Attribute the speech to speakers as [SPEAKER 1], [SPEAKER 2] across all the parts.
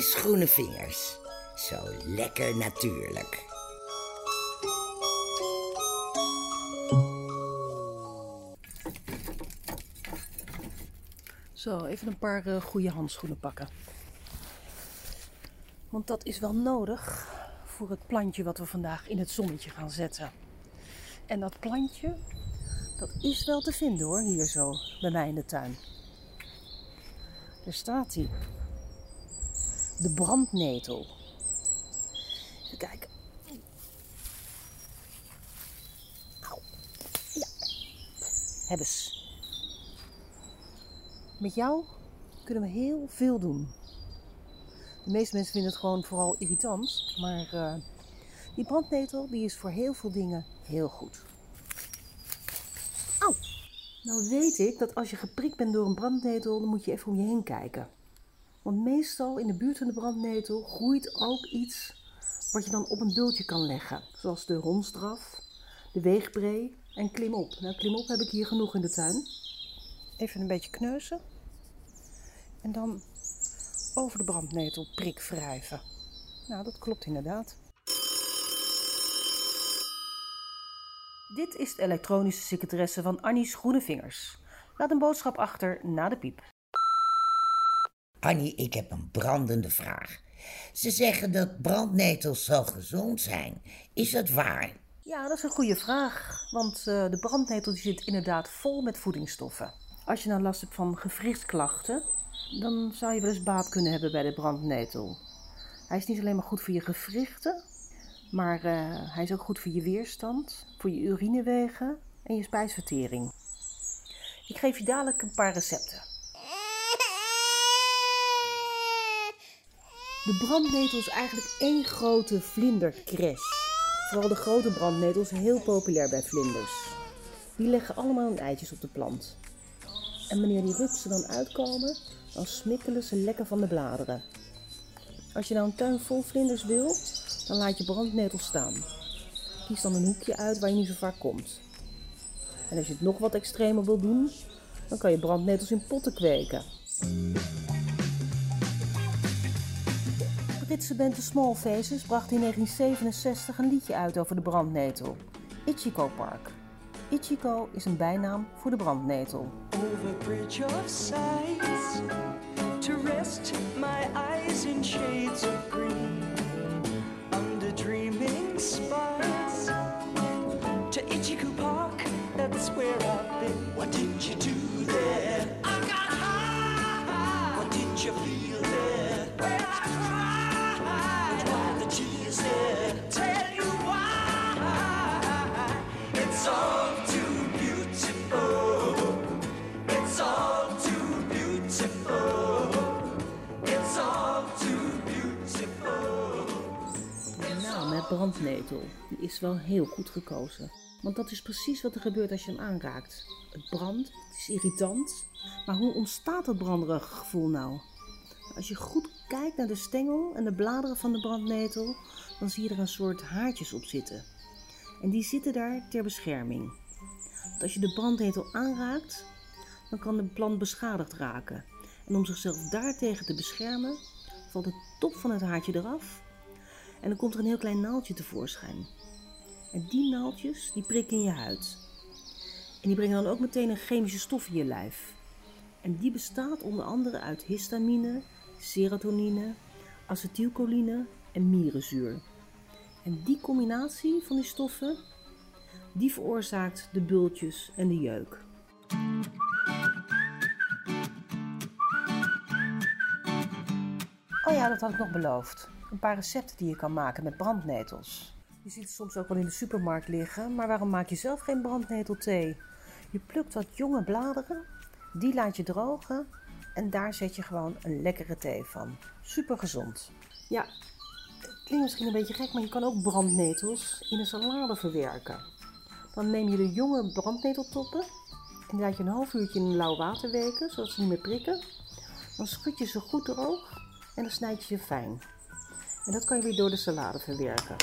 [SPEAKER 1] Annie's Groene Vingers. Zo lekker natuurlijk.
[SPEAKER 2] Zo, even een paar goede handschoenen pakken. Want dat is wel nodig voor het plantje wat we vandaag in het zonnetje gaan zetten. En dat plantje, dat is wel te vinden hoor, hier zo bij mij in de tuin. Daar staat hij. De brandnetel. Even kijken. Au. Ja. Hebben ze. Met jou kunnen we heel veel doen. De meeste mensen vinden het gewoon vooral irritant. Maar die brandnetel die is voor heel veel dingen heel goed. Au! Nou weet ik dat als je geprikt bent door een brandnetel, dan moet je even om je heen kijken. Want meestal in de buurt van de brandnetel groeit ook iets wat je dan op een bultje kan leggen. Zoals de ronsdraf, de weegbree en klimop. Nou, klimop heb ik hier genoeg in de tuin. Even een beetje kneuzen. En dan over de brandnetel prik wrijven. Nou, dat klopt inderdaad. Dit is de elektronische secretaresse van Annie's Groene Vingers. Laat een boodschap achter na de piep.
[SPEAKER 1] Annie, ik heb een brandende vraag. Ze zeggen dat brandnetels zo gezond zijn. Is dat waar?
[SPEAKER 2] Ja, dat is een goede vraag. Want de brandnetel die zit inderdaad vol met voedingsstoffen. Als je nou last hebt van gewrichtsklachten, dan zou je wel eens baat kunnen hebben bij de brandnetel. Hij is niet alleen maar goed voor je gewrichten, maar hij is ook goed voor je weerstand, voor je urinewegen en je spijsvertering. Ik geef je dadelijk een paar recepten. De brandnetel is eigenlijk één grote vlindercrash. Vooral de grote brandnetels zijn heel populair bij vlinders. Die leggen allemaal hun eitjes op de plant. En wanneer die rupsen dan uitkomen, dan smikkelen ze lekker van de bladeren. Als je nou een tuin vol vlinders wil, dan laat je brandnetels staan. Kies dan een hoekje uit waar je niet zo vaak komt. En als je het nog wat extremer wil doen, dan kan je brandnetels in potten kweken. Britse band The Small Faces bracht in 1967 een liedje uit over de brandnetel. Ichigo Park. Ichigo is een bijnaam voor de brandnetel.
[SPEAKER 3] Over bridge of sights, to rest my eyes in shades of green, under dreaming spires, to Ichigo Park, that's where I've been. What did you do there? I got high. What did you feel there? When I cried. Why the tears there? Tell you why. It's all too beautiful. It's all too beautiful. It's all too beautiful.
[SPEAKER 2] De naam, het brandnetel, die is wel heel goed gekozen. Want dat is precies wat er gebeurt als je hem aanraakt. Het brandt, het is irritant. Maar hoe ontstaat dat branderige gevoel nou? Als je goed kijkt naar de stengel en de bladeren van de brandnetel, dan zie je er een soort haartjes op zitten. En die zitten daar ter bescherming. Want als je de brandnetel aanraakt, dan kan de plant beschadigd raken. En om zichzelf daartegen te beschermen, valt de top van het haartje eraf. En dan komt er een heel klein naaldje tevoorschijn. En die naaldjes, die prikken in je huid. En die brengen dan ook meteen een chemische stof in je lijf. En die bestaat onder andere uit histamine, serotonine, acetylcholine en mierenzuur. En die combinatie van die stoffen, die veroorzaakt de bultjes en de jeuk. Oh ja, dat had ik nog beloofd. Een paar recepten die je kan maken met brandnetels. Je ziet het soms ook wel in de supermarkt liggen, maar waarom maak je zelf geen brandnetelthee? Je plukt wat jonge bladeren, die laat je drogen en daar zet je gewoon een lekkere thee van. Super gezond. Ja, het klinkt misschien een beetje gek, maar je kan ook brandnetels in een salade verwerken. Dan neem je de jonge brandneteltoppen en die laat je een half uurtje in lauw water weken, zodat ze niet meer prikken. Dan schud je ze goed droog en dan snijd je ze fijn. En dat kan je weer door de salade verwerken.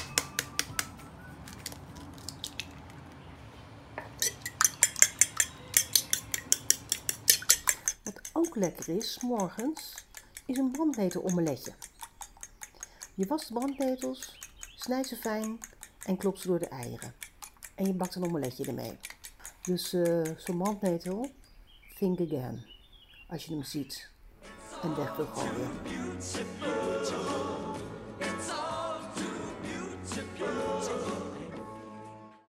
[SPEAKER 2] Wat ook lekker is, 's morgens, is een brandnetel omeletje. Je wast de brandnetels, snijdt ze fijn en klopt ze door de eieren. En je bakt een omeletje ermee. Dus zo'n brandnetel, think again. Als je hem ziet en weg wil gooien.